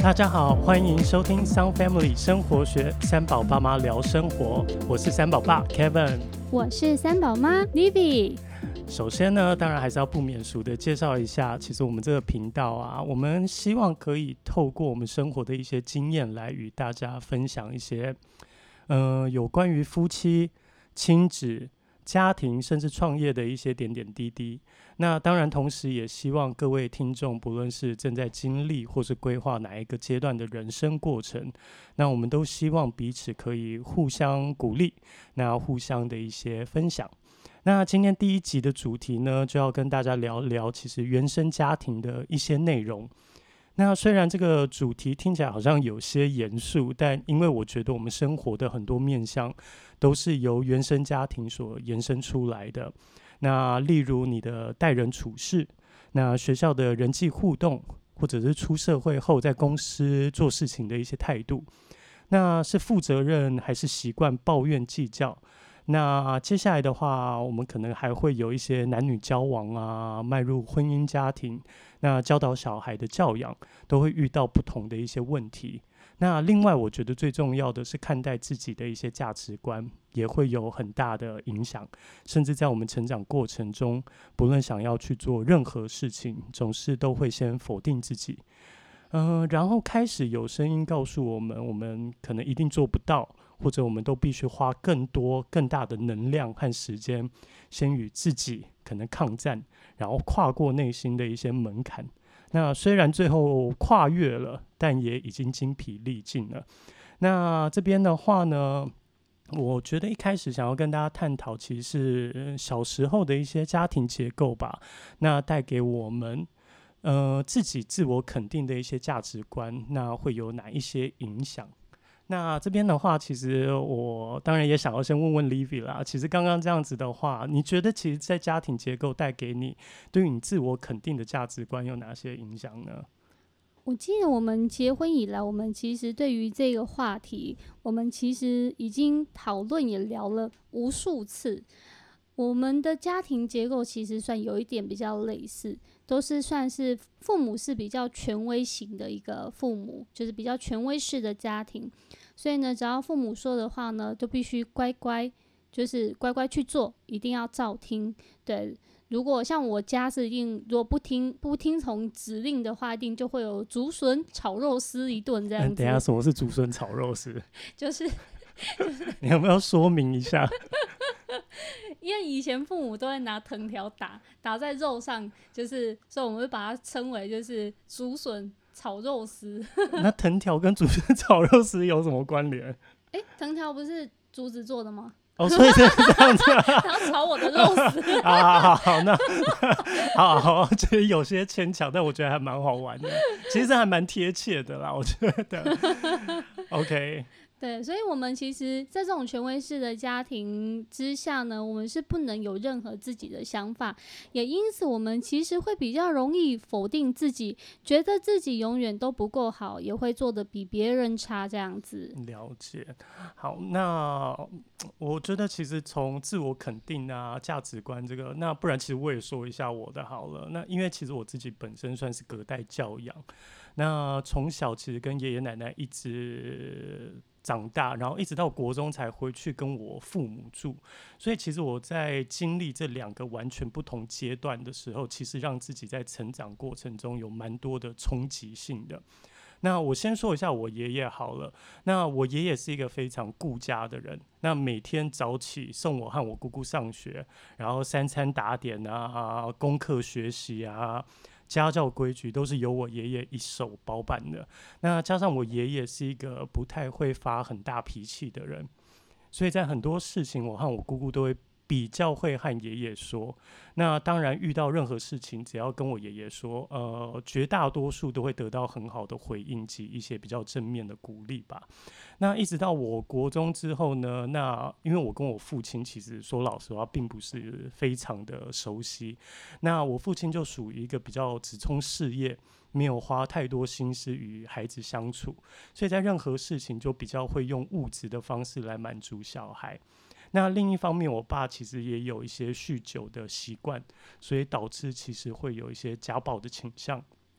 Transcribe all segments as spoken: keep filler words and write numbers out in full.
大家好，欢迎收听 Sun Family 生活学，三宝爸妈聊生活，我是三宝爸 Kevin， 我是三宝妈 Livy。 首先呢，当然还是要不免俗的介绍一下，其实我们这个频道啊，我们希望可以透过我们生活的一些经验来与大家分享一些呃有关于夫妻、亲子、家庭甚至创业的一些点点滴滴。那当然同时也希望各位听众，不论是正在经历或是规划哪一个阶段的人生过程，那我们都希望彼此可以互相鼓励，那互相的一些分享。那今天第一集的主题呢，就要跟大家聊聊其实原生家庭的一些内容。那虽然这个主题听起来好像有些严肃，但因为我觉得我们生活的很多面向都是由原生家庭所延伸出来的。那例如你的待人处事，那学校的人际互动，或者是出社会后在公司做事情的一些态度，那是负责任还是习惯抱怨计较。那接下来的话，我们可能还会有一些男女交往啊，迈入婚姻家庭，那教导小孩的教养都会遇到不同的一些问题。那另外我觉得最重要的是看待自己的一些价值观，也会有很大的影响，甚至在我们成长过程中，不论想要去做任何事情，总是都会先否定自己，呃，然后开始有声音告诉我们，我们可能一定做不到，或者我们都必须花更多更大的能量和时间，先与自己可能抗战，然后跨过内心的一些门槛。那虽然最后跨越了，但也已经精疲力尽了。那这边的话呢，我觉得一开始想要跟大家探讨，其实是小时候的一些家庭结构吧，那带给我们呃自己自我肯定的一些价值观，那会有哪一些影响？那这边的话，其实我当然也想要先问问 Livy 啦。其实刚刚这样子的话，你觉得其实在家庭结构带给你对于你自我肯定的价值观有哪些影响呢？ 我记得我们结婚以来，我们其实对于这个话题，我们其实已经讨论也聊了无数次。我们的家庭结构其实算有一点比较类似，都是算是父母是比较权威型的一个父母，就是比较权威式的家庭。所以呢，只要父母说的话呢，都必须乖乖，就是乖乖去做，一定要照听。对，如果像我家是一定，如果不听不听从指令的话，一定就会有竹笋炒肉丝一顿这样子。 等一下，什么是竹笋炒肉丝？ 就是就是你有没有说明一下？ 因为以前父母都会拿藤条打打在肉上，就是所以我们会把它称为就是竹笋炒肉丝。 那藤条跟竹笋炒肉丝有什么关联？ 哎、欸，藤条不是竹子做的吗？ 哦，所以是这样子啊！ 他要炒我的肉丝。 好好好，那好好，其实有些牵强，但我觉得还蛮好玩的。其实还蛮贴切的啦，我觉得。OK。 对，所以我们其实在这种权威式的家庭之下呢，我们是不能有任何自己的想法，也因此我们其实会比较容易否定自己，觉得自己永远都不够好，也会做得比别人差这样子。 了解。好，那我觉得其实从自我肯定啊、价值观这个，那不然其实我也说一下我的好了。那因为其实我自己本身算是隔代教养，那从小其实跟爷爷奶奶一直长大，然后一直到国中才回去跟我父母住，所以其实我在经历这两个完全不同阶段的时候，其实让自己在成长过程中有蛮多的冲击性的。那我先说一下我爷爷好了。那我爷爷是一个非常顾家的人，那每天早起送我和我姑姑上学，然后三餐打点啊，功课学习啊，家教规矩都是由我爷爷一手包办的。那加上我爷爷是一个不太会发很大脾气的人，所以在很多事情我和我姑姑都会比较会和爷爷说。那当然遇到任何事情只要跟我爷爷说，呃，绝大多数都会得到很好的回应及一些比较正面的鼓励吧。那一直到我国中之后呢，那因为我跟我父亲其实说老实话并不是非常的熟悉，那我父亲就属于一个比较只冲事业，没有花太多心思与孩子相处，所以在任何事情就比较会用物质的方式来满足小孩。那另一方面，我爸其实也有一些酗酒的习惯，所以导致其实会有一些家暴的倾向。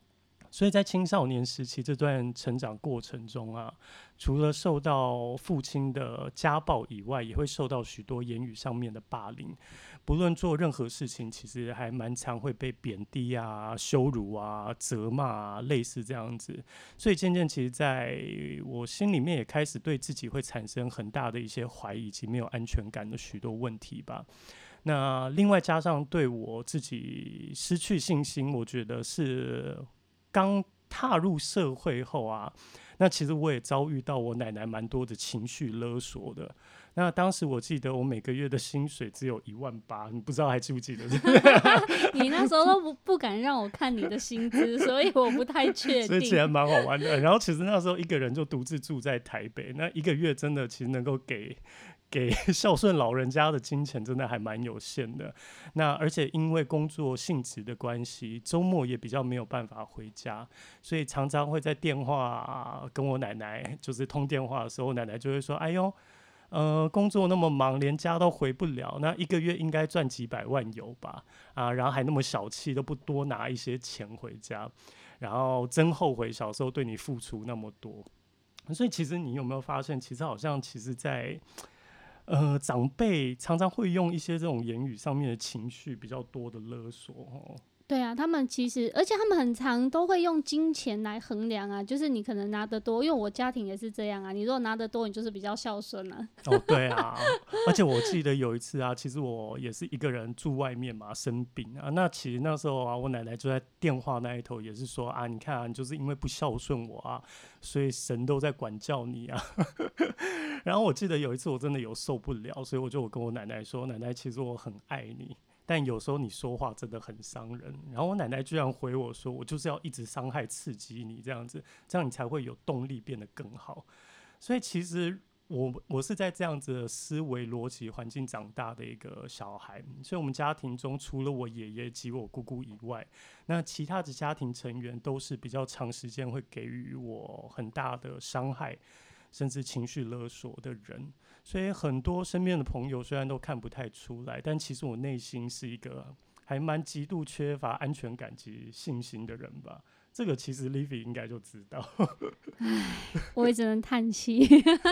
所以在青少年时期这段成长过程中啊，除了受到父亲的家暴以外，也会受到许多言语上面的霸凌。不论做任何事情，其实还蛮常会被贬低啊、羞辱啊、责骂啊，类似这样子。所以渐渐，其实在我心里面也开始对自己会产生很大的一些怀疑以及没有安全感的许多问题吧。那另外加上对我自己失去信心，我觉得是刚踏入社会后啊，那其实我也遭遇到我奶奶蛮多的情绪勒索的。那当时我记得我每个月的薪水只有一万八，你不知道还记不记得？ 你那时候都 不, 不敢让我看你的薪资，所以我不太确定。 所以其实蛮好玩的。然后其实那时候一个人就独自住在台北，那一个月真的其实能够给给孝顺老人家的金钱真的还蛮有限的。那而且因为工作性质的关系，周末也比较没有办法回家，所以常常会在电话跟我奶奶就是通电话的时候，我奶奶就会说：“哎呦。”呃，工作那么忙，连家都回不了，那一个月应该赚几百万有吧？啊，然后还那么小气，都不多拿一些钱回家，然后真后悔小时候对你付出那么多。所以其实你有没有发现，其实好像其实在呃长辈常常会用一些这种言语上面的情绪比较多的勒索哦。 对啊，他们其实，而且他们很常都会用金钱来衡量啊，就是你可能拿得多，因为我家庭也是这样啊，你如果拿得多，你就是比较孝顺啊。 哦，对啊，而且我记得有一次啊，其实我也是一个人住外面嘛，生病啊，那其实那时候啊，我奶奶就在电话那一头也是说啊，你看啊，你就是因为不孝顺我啊，所以神都在管教你啊。然后我记得有一次我真的有受不了，所以我就我跟我奶奶说，奶奶，其实我很爱你。但有时候你说话真的很伤人，然后我奶奶居然回我说：“我就是要一直伤害、刺激你，这样子，这样你才会有动力变得更好。”所以其实我我是在这样子的思维逻辑环境长大的一个小孩，所以我们家庭中除了我爷爷及我姑姑以外，那其他的家庭成员都是比较长时间会给予我很大的伤害，甚至情绪勒索的人。所以很多身边的朋友虽然都看不太出来，但其实我内心是一个还蛮极度缺乏安全感及信心的人吧。这个其实 Livy 应该就知道。 我也只能叹气。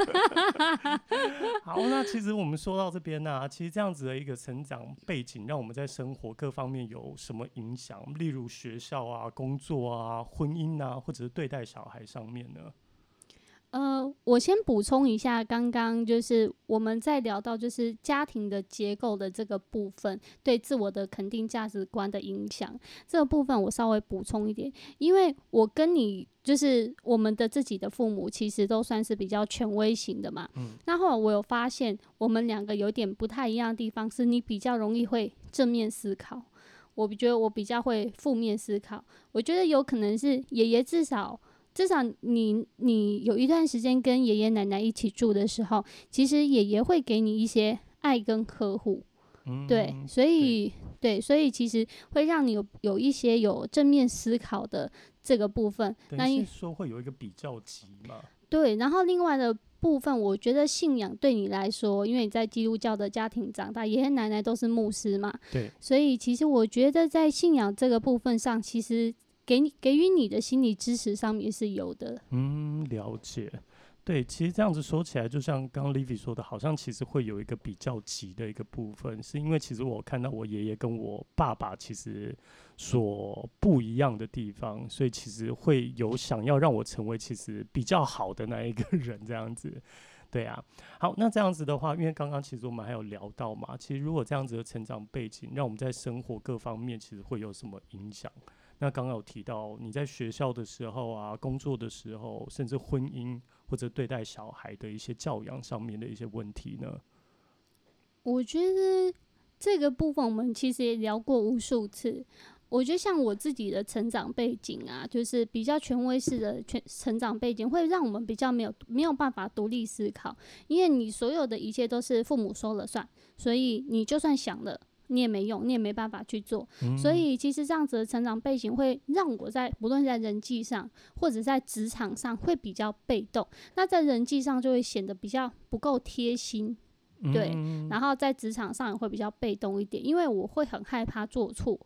好，那其实我们说到这边呢、啊，其实这样子的一个成长背景，让我们在生活各方面有什么影响？例如学校啊、工作啊、婚姻啊，或者是对待小孩上面呢？ 呃，我先补充一下，刚刚就是我们在聊到就是家庭的结构的这个部分，对自我的肯定价值观的影响，这个部分我稍微补充一点，因为我跟你就是我们的自己的父母其实都算是比较权威型的嘛，嗯，那后来我有发现我们两个有点不太一样的地方，是你比较容易会正面思考，我觉得我比较会负面思考，我觉得有可能是爷爷至少。至少你你有一段时间跟爷爷奶奶一起住的时候，其实爷爷会给你一些爱跟呵护，嗯、对，所以 对, 对，所以其实会让你有有一些有正面思考的这个部分。 等于是说会有一个比较级嘛？ 对，然后另外的部分，我觉得信仰对你来说，因为你在基督教的家庭长大，爷爷奶奶都是牧师嘛， 对， 所以其实我觉得在信仰这个部分上，其实。给你给予你的心理支持上面是有的。 嗯，了解。对，其实这样子说起来，就像刚刚 Livy 说的，好像其实会有一个比较急的一个部分，是因为其实我看到我爷爷跟我爸爸其实所不一样的地方，所以其实会有想要让我成为其实比较好的那一个人这样子。对啊，好，那这样子的话，因为刚刚其实我们还有聊到嘛，其实如果这样子的成长背景，让我们在生活各方面其实会有什么影响？那刚刚有提到你在学校的时候啊，工作的时候，甚至婚姻或者对待小孩的一些教养上面的一些问题呢？ 我觉得这个部分我们其实也聊过无数次。我觉得像我自己的成长背景啊，就是比较权威式的成长背景，会让我们比较没有没有办法独立思考，因为你所有的一切都是父母说了算，所以你就算想了。你也没用，你也没办法去做、嗯、所以其实这样子的成长背景会让我在不论是在人际上或者在职场上会比较被动，那在人际上就会显得比较不够贴心，对、嗯、然后在职场上也会比较被动一点，因为我会很害怕做错，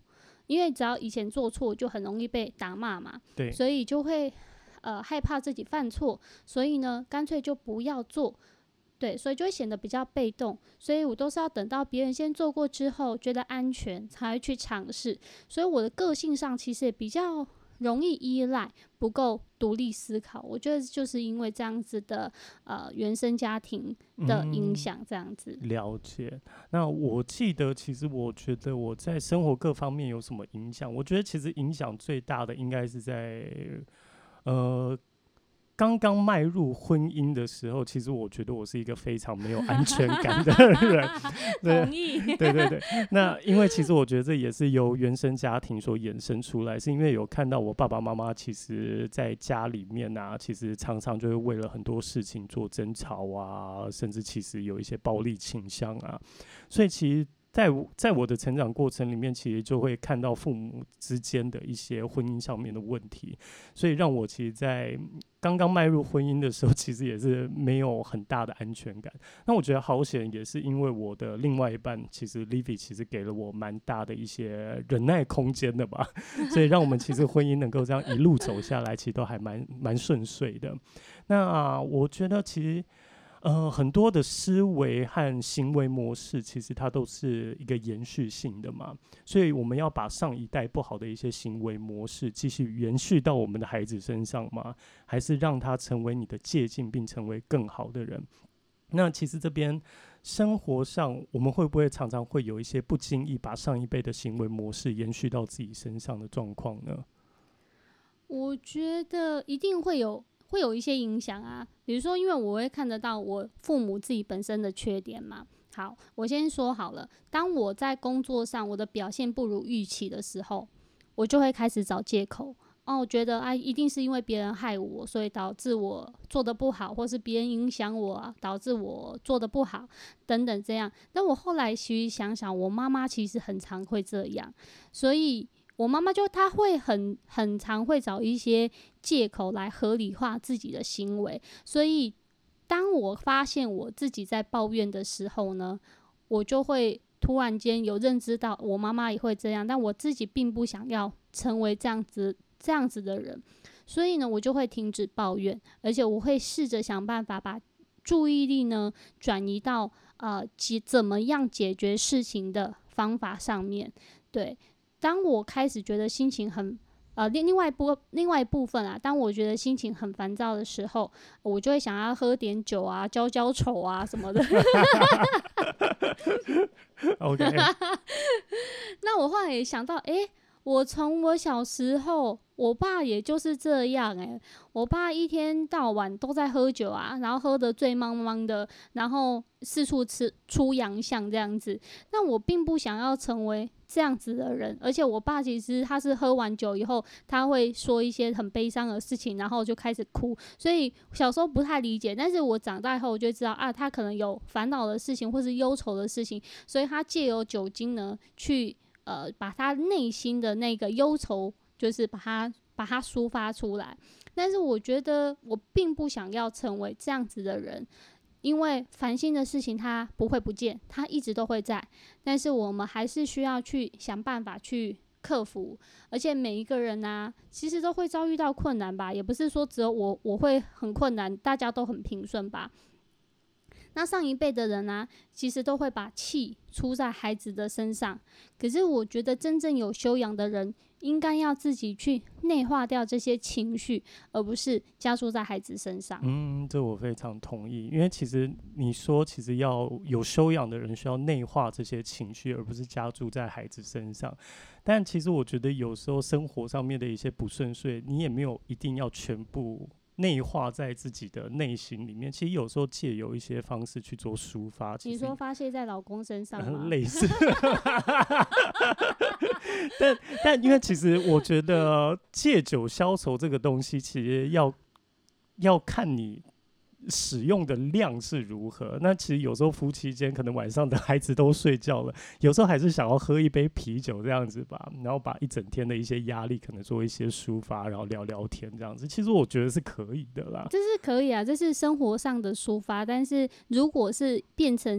因为只要以前做错就很容易被打骂嘛， 对， 所以就会呃害怕自己犯错，所以呢干脆就不要做。对，所以就会显得比较被动，所以我都是要等到别人先做过之后，觉得安全才会去尝试。所以我的个性上其实也比较容易依赖，不够独立思考。我觉得就是因为这样子的呃原生家庭的影响，这样子、 嗯。了解。那我记得，其实我觉得我在生活各方面有什么影响？我觉得其实影响最大的应该是在呃。刚刚迈入婚姻的时候，其实我觉得我是一个非常没有安全感的人。对， 同意。 对对对。那因为其实我觉得这也是由原生家庭所衍生出来，是因为有看到我爸爸妈妈其实在家里面啊，其实常常就会为了很多事情做争吵啊，甚至其实有一些暴力倾向啊，所以其实在我在我的成长过程里面，其实就会看到父母之间的一些婚姻上面的问题，所以让我其实在刚刚迈入婚姻的时候，其实也是没有很大的安全感。那我觉得好险，也是因为我的另外一半，其实 Livy 其实给了我蛮大的一些忍耐空间的吧，所以让我们其实婚姻能够这样一路走下来，其实都还蛮蛮顺遂的。那、啊、我觉得其实。呃，很多的思维和行为模式，其实它都是一个延续性的嘛，所以我们要把上一代不好的一些行为模式继续延续到我们的孩子身上吗？还是让他成为你的借鉴，并成为更好的人？那其实这边生活上，我们会不会常常会有一些不经意把上一辈的行为模式延续到自己身上的状况呢？ 我觉得一定会有。会有一些影响啊，比如说，因为我会看得到我父母自己本身的缺点嘛。好，我先说好了，当我在工作上我的表现不如预期的时候，我就会开始找借口。哦，我觉得啊，一定是因为别人害我，所以导致我做得不好，或是别人影响我、啊，导致我做得不好，等等这样。但我后来其实想想，我妈妈其实很常会这样，所以。我妈妈就她会很很常会找一些借口来合理化自己的行为，所以当我发现我自己在抱怨的时候呢，我就会突然间有认知到我妈妈也会这样，但我自己并不想要成为这样子这样子的人，所以呢，我就会停止抱怨，而且我会试着想办法把注意力呢转移到呃怎么样解决事情的方法上面，对。当我开始觉得心情很呃另另外一部另外一部分啊，当我觉得心情很烦躁的时候，我就会想要喝点酒啊，浇浇愁啊什么的。 OK。 那我后来也想到，哎、欸，我从我小时候，我爸也就是这样、欸，哎，我爸一天到晚都在喝酒啊，然后喝得醉茫茫的，然后四处吃出洋相这样子。那我并不想要成为这样子的人，而且我爸其实他是喝完酒以后，他会说一些很悲伤的事情，然后就开始哭。所以小时候不太理解，但是我长大后我就知道啊，他可能有烦恼的事情或是忧愁的事情，所以他借由酒精呢去。呃，把他内心的那个忧愁，就是把它把它抒发出来。但是我觉得我并不想要成为这样子的人，因为烦心的事情它不会不见，它一直都会在。但是我们还是需要去想办法去克服。而且每一个人啊，其实都会遭遇到困难吧，也不是说只有我我会很困难，大家都很平顺吧。那上一辈的人啊，其实都会把气出在孩子的身上，可是我觉得真正有修养的人，应该要自己去内化掉这些情绪，而不是加注在孩子身上。 嗯，这我非常同意，因为其实你说，其实要有修养的人需要内化这些情绪，而不是加注在孩子身上。但其实我觉得有时候生活上面的一些不顺遂，你也没有一定要全部内化在自己的内心里面，其实有时候借由一些方式去做抒发。 你说发泄在老公身上吗？ 呃、类似。但但因为其实我觉得借酒消愁这个东西，其实要要看你使用的量是如何。那其实有时候夫妻间可能晚上的孩子都睡觉了，有时候还是想要喝一杯啤酒这样子吧，然后把一整天的一些压力可能做一些抒发，然后聊聊天这样子，其实我觉得是可以的啦。 这是可以啊，这是生活上的抒发。但是如果是变成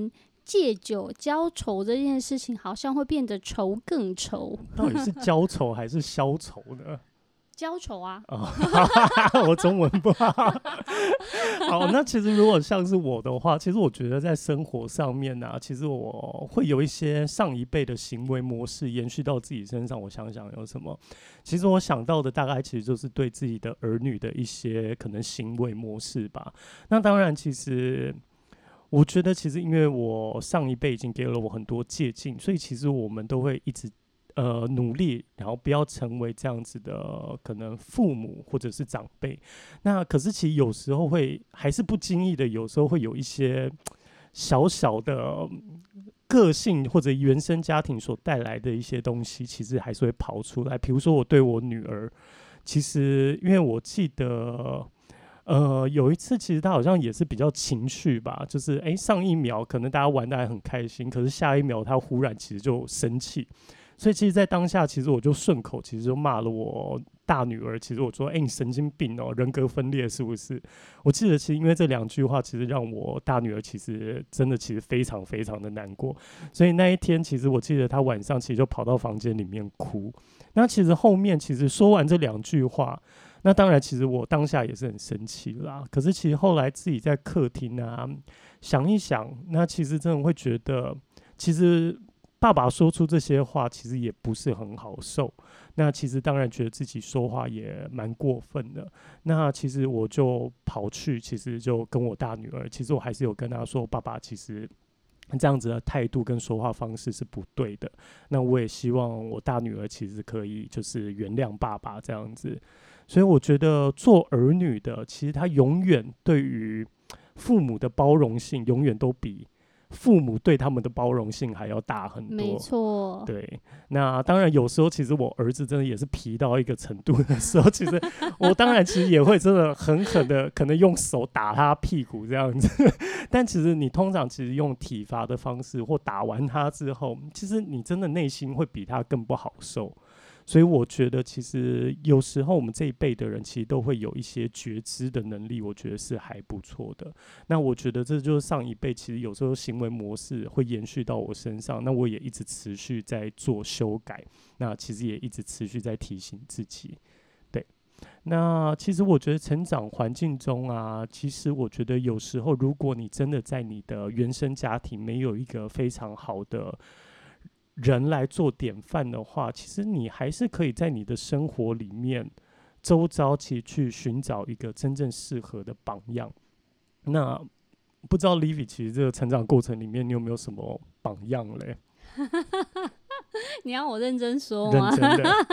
借酒浇愁这件事情，好像会变得愁更愁。 到底是浇愁还是消愁呢？ 浇愁啊！ 哦、我中文不好。好，那其实如果像是我的话，其实我觉得在生活上面呢、啊，其实我会有一些上一辈的行为模式延续到自己身上。我想想有什么，其实我想到的大概其实就是对自己的儿女的一些可能行为模式吧。那当然，其实我觉得，其实因为我上一辈已经给了我很多借鉴，所以其实我们都会一直。呃，努力，然后不要成为这样子的可能父母或者是长辈。那可是其实有时候会还是不经意的，有时候会有一些小小的个性或者原生家庭所带来的一些东西，其实还是会跑出来。比如说我对我女儿，其实因为我记得。呃，有一次其实他好像也是比较情绪吧，就是哎，上一秒可能大家玩得还很开心，可是下一秒他忽然其实就生气，所以其实在当下其实我就顺口其实就骂了我大女儿，其实我说哎，你神经病哦，人格分裂是不是？我记得其实因为这两句话其实让我大女儿其实真的其实非常非常的难过，所以那一天其实我记得她晚上其实就跑到房间里面哭。那其实后面其实说完这两句话，那当然其实我当下也是很生气啦，可是其实后来自己在客厅啊想一想，那其实真的会觉得其实爸爸说出这些话其实也不是很好受，那其实当然觉得自己说话也蛮过分的，那其实我就跑去其实就跟我大女儿，其实我还是有跟她说，爸爸其实这样子的态度跟说话方式是不对的，那我也希望我大女儿其实可以就是原谅爸爸这样子。所以我觉得做儿女的其实他永远对于父母的包容性永远都比父母对他们的包容性还要大很多。 没错， 对，那当然有时候其实我儿子真的也是皮到一个程度的时候，其实我当然其实也会真的狠狠的可能用手打他屁股这样子，但其实你通常其实用体罚的方式或打完他之后，其实你真的内心会比他更不好受。所以我觉得其实有时候我们这一辈的人其实都会有一些觉知的能力，我觉得是还不错的。那我觉得这就是上一辈其实有时候行为模式会延续到我身上，那我也一直持续在做修改，那其实也一直持续在提醒自己。对，那其实我觉得成长环境中啊，其实我觉得有时候如果你真的在你的原生家庭没有一个非常好的人来做典范的话，其实你还是可以在你的生活里面周遭其实去寻找一个真正适合的榜样。那不知道 Livy 其实这个成长过程里面你有没有什么榜样嘞？ 你要我认真说吗？ 认真的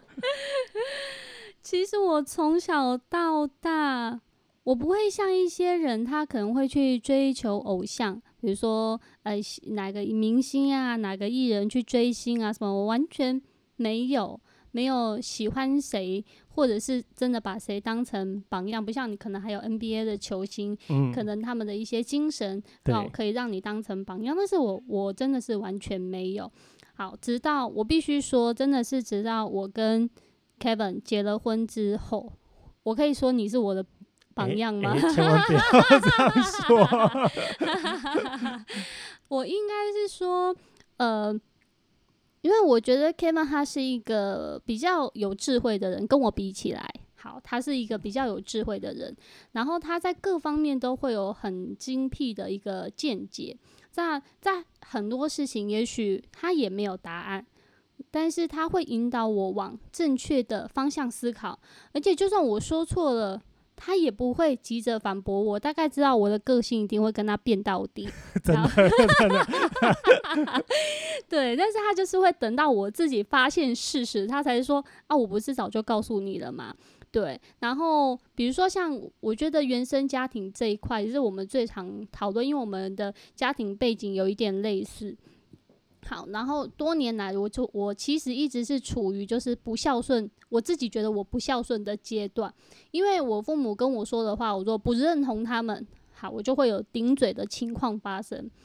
其实我从小到大，我不会像一些人，他可能会去追求偶像，比如说呃哪个明星啊，哪个艺人去追星啊什么，我完全没有没有喜欢谁，或者是真的把谁当成榜样，不像你可能还有 N B A 的球星，嗯、可能他们的一些精神好可以让你当成榜样，但是我我真的是完全没有。好，直到我必须说，真的是直到我跟 Kevin 结了婚之后，我可以说你是我的榜样吗？ 欸欸、千万不要这样说。 我应该是说，呃，因为我觉得 Kevin 他是一个比较有智慧的人，跟我比起来，好，他是一个比较有智慧的人，然后他在各方面都会有很精辟的一个见解。在在很多事情，也许他也没有答案，但是他会引导我往正确的方向思考，而且就算我说错了，他也不会急着反驳我，大概知道我的个性一定会跟他辩到底。 真的真的对，但是他就是会等到我自己发现事实，他才说啊，我不是早就告诉你了吗？对，然后比如说像我觉得原生家庭这一块也是我们最常讨论，因为我们的家庭背景有一点类似。好，然后多年来我就我其实一直是处于就是不孝顺，我自己觉得我不孝顺的阶段，因为我父母跟我说的话，我说不认同他们，好，我就会有顶嘴的情况发生。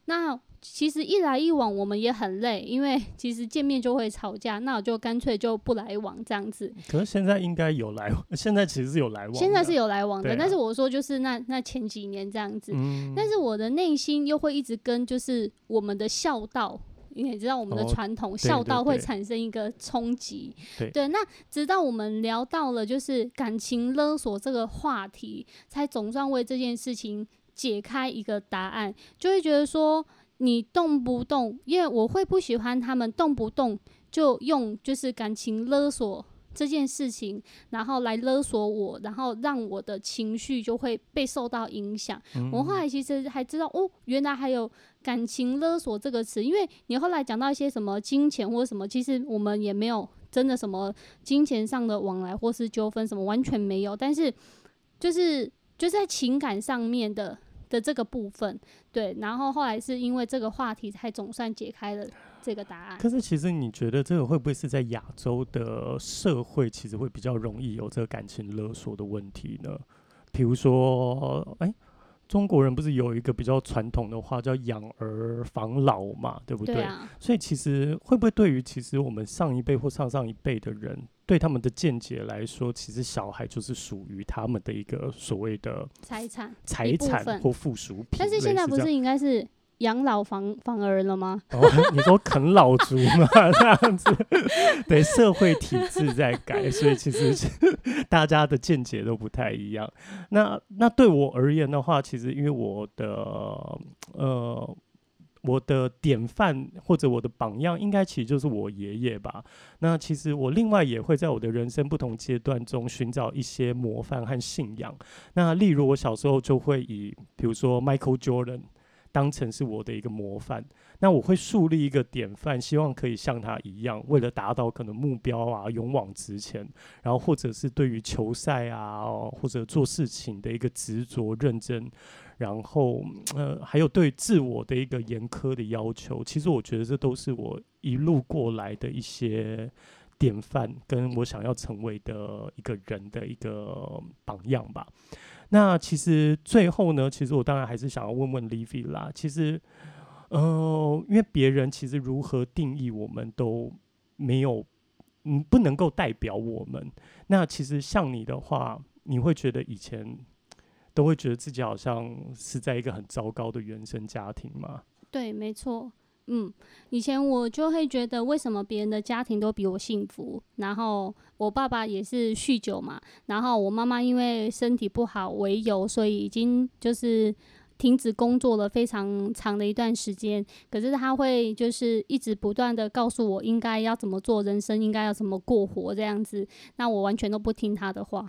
那其实一来一往我们也很累，因为其实见面就会吵架，那我就干脆就不来往这样子。 可是现在应该有来往，现在其实是有来往的， 现在是有来往的， 啊、 但是我说就是那那前几年这样子， 嗯、 但是我的内心又会一直跟就是我们的孝道。你也知道我们的传统、哦、孝道会产生一个冲击，对, 对, 对，那直到我们聊到了就是感情勒索这个话题，才总算为这件事情解开一个答案，就会觉得说你动不动，因为我会不喜欢他们动不动就用就是感情勒索这件事情，然后来勒索我，然后让我的情绪就会被受到影响、嗯、我后来其实还知道哦，原来还有感情勒索这个词，因为你后来讲到一些什么金钱或什么，其实我们也没有真的什么金钱上的往来或是纠纷什么，完全没有，但是就是就是在情感上面的的这个部分，对，然后后来是因为这个话题才总算解开了这个答案。 可是其实你觉得这个会不会是在亚洲的社会其实会比较容易有这个感情勒索的问题呢？比如说哎、欸，中国人不是有一个比较传统的话叫养儿防老嘛，对不对？ 对啊， 所以其实会不会对于其实我们上一辈或上上一辈的人，对他们的见解来说，其实小孩就是属于他们的一个所谓的财产财产或附属品。 但是现在不是应该是养老防防儿了吗？ 哦，你说啃老族嘛，这样子，对，社会体制在改，所以其实大家的见解都不太一样。那那对我而言的话，其实因为我的呃。我的典范或者我的榜样应该其实就是我爷爷吧。那其实我另外也会在我的人生不同阶段中寻找一些模范和信仰。那例如我小时候就会以比如说 Michael Jordan 当成是我的一个模范，那我会树立一个典范，希望可以像他一样，为了达到可能目标啊，勇往直前，然后或者是对于球赛啊、哦、或者做事情的一个执着认真，然后呃还有对自我的一个严苛的要求。其实我觉得这都是我一路过来的一些典范，跟我想要成为的一个人的一个榜样吧。那其实最后呢，其实我当然还是想要问问 Livy 啦。其实，呃，因为别人其实如何定义我们都没有，嗯，不能够代表我们。那其实像你的话，你会觉得以前都会觉得自己好像是在一个很糟糕的原生家庭吗？ 对，没错。嗯，以前我就会觉得为什么别人的家庭都比我幸福，然后我爸爸也是酗酒嘛，然后我妈妈因为身体不好为由，所以已经就是停止工作了非常长的一段时间，可是他会就是一直不断的告诉我应该要怎么做，人生应该要怎么过活这样子，那我完全都不听他的话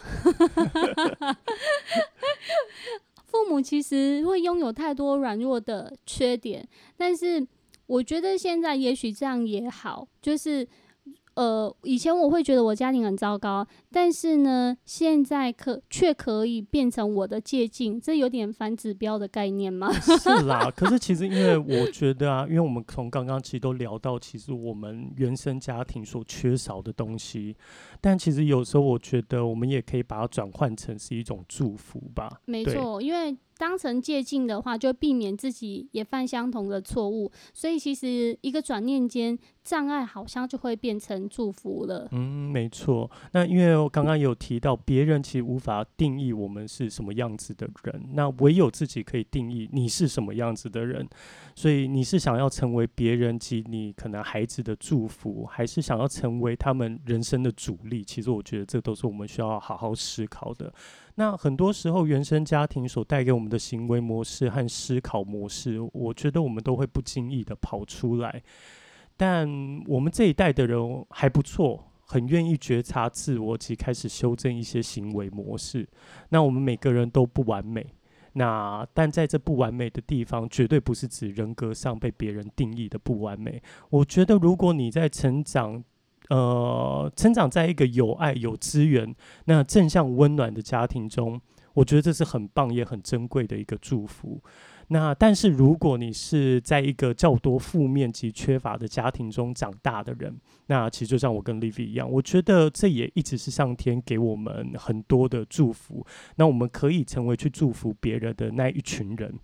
父母其实会拥有太多软弱的缺点，但是我觉得现在也许这样也好，就是呃，以前我会觉得我家庭很糟糕，但是呢，现在可却可以变成我的借鉴，这有点反指标的概念吗？ 是啦，可是其实因为我觉得啊，因为我们从刚刚其实都聊到，其实我们原生家庭所缺少的东西，但其实有时候我觉得我们也可以把它转换成是一种祝福吧。 没错，因为当成借鉴的话，就避免自己也犯相同的错误，所以其实一个转念间，障碍好像就会变成祝福了。 嗯，没错。那因为我刚刚有提到，别人其实无法定义我们是什么样子的人，那唯有自己可以定义你是什么样子的人。所以你是想要成为别人及你可能孩子的祝福，还是想要成为他们人生的主力？其实我觉得这都是我们需要好好思考的。那很多时候原生家庭所带给我们的行为模式和思考模式，我觉得我们都会不经意的跑出来，但我们这一代的人还不错，很愿意觉察自我及开始修正一些行为模式。那我们每个人都不完美，那但在这不完美的地方，绝对不是指人格上被别人定义的不完美。我觉得如果你在成长呃，成长在一个有爱、有资源、那正向温暖的家庭中，我觉得这是很棒也很珍贵的一个祝福。那但是如果你是在一个较多负面及缺乏的家庭中长大的人，那其实就像我跟 Livy 一样，我觉得这也一直是上天给我们很多的祝福。那我们可以成为去祝福别人的那一群人。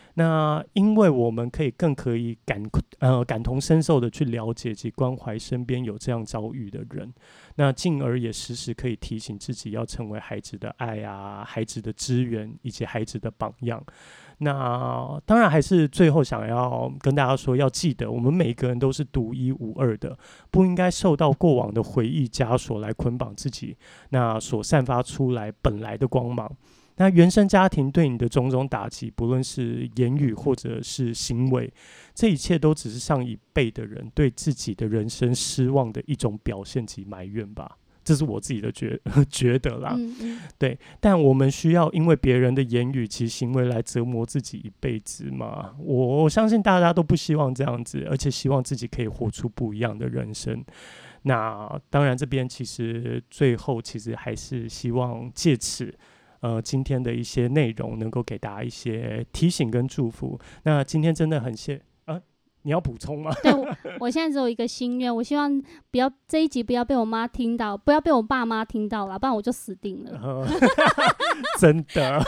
那因为我们可以更可以感呃感同身受的去了解及关怀身边有这样遭遇的人，那进而也时时可以提醒自己要成为孩子的爱啊，孩子的资源以及孩子的榜样。那当然还是最后想要跟大家说，要记得我们每个人都是独一无二的，不应该受到过往的回忆枷锁来捆绑自己，那所散发出来本来的光芒。那原生家庭对你的种种打击，不论是言语或者是行为，这一切都只是上一辈的人对自己的人生失望的一种表现及埋怨吧，这是我自己的 觉, 觉得啦、嗯嗯、对，但我们需要因为别人的言语及行为来折磨自己一辈子吗？我相信大家都不希望这样子，而且希望自己可以活出不一样的人生。那当然这边其实最后其实还是希望借此呃，今天的一些内容能够给大家一些提醒跟祝福。那今天真的很谢啊，你要补充吗？ 对，我, 我现在只有一个心愿，我希望不要这一集不要被我妈听到，不要被我爸妈听到啦，不然我就死定了。呃、 真的。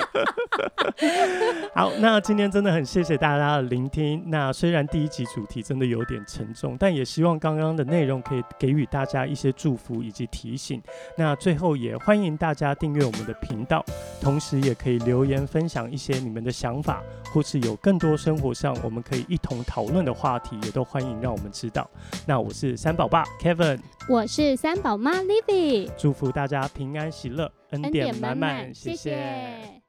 好，那今天真的很谢谢大家的聆听。那虽然第一集主题真的有点沉重，但也希望刚刚的内容可以给予大家一些祝福以及提醒。那最后也欢迎大家订阅我们的频道，同时也可以留言分享一些你们的想法，或是有更多生活上我们可以一同讨论的话题，也都欢迎让我们知道。那我是三宝爸 Kevin， 我是三宝妈 Livy， 祝福大家平安喜乐，恩典满满，谢谢。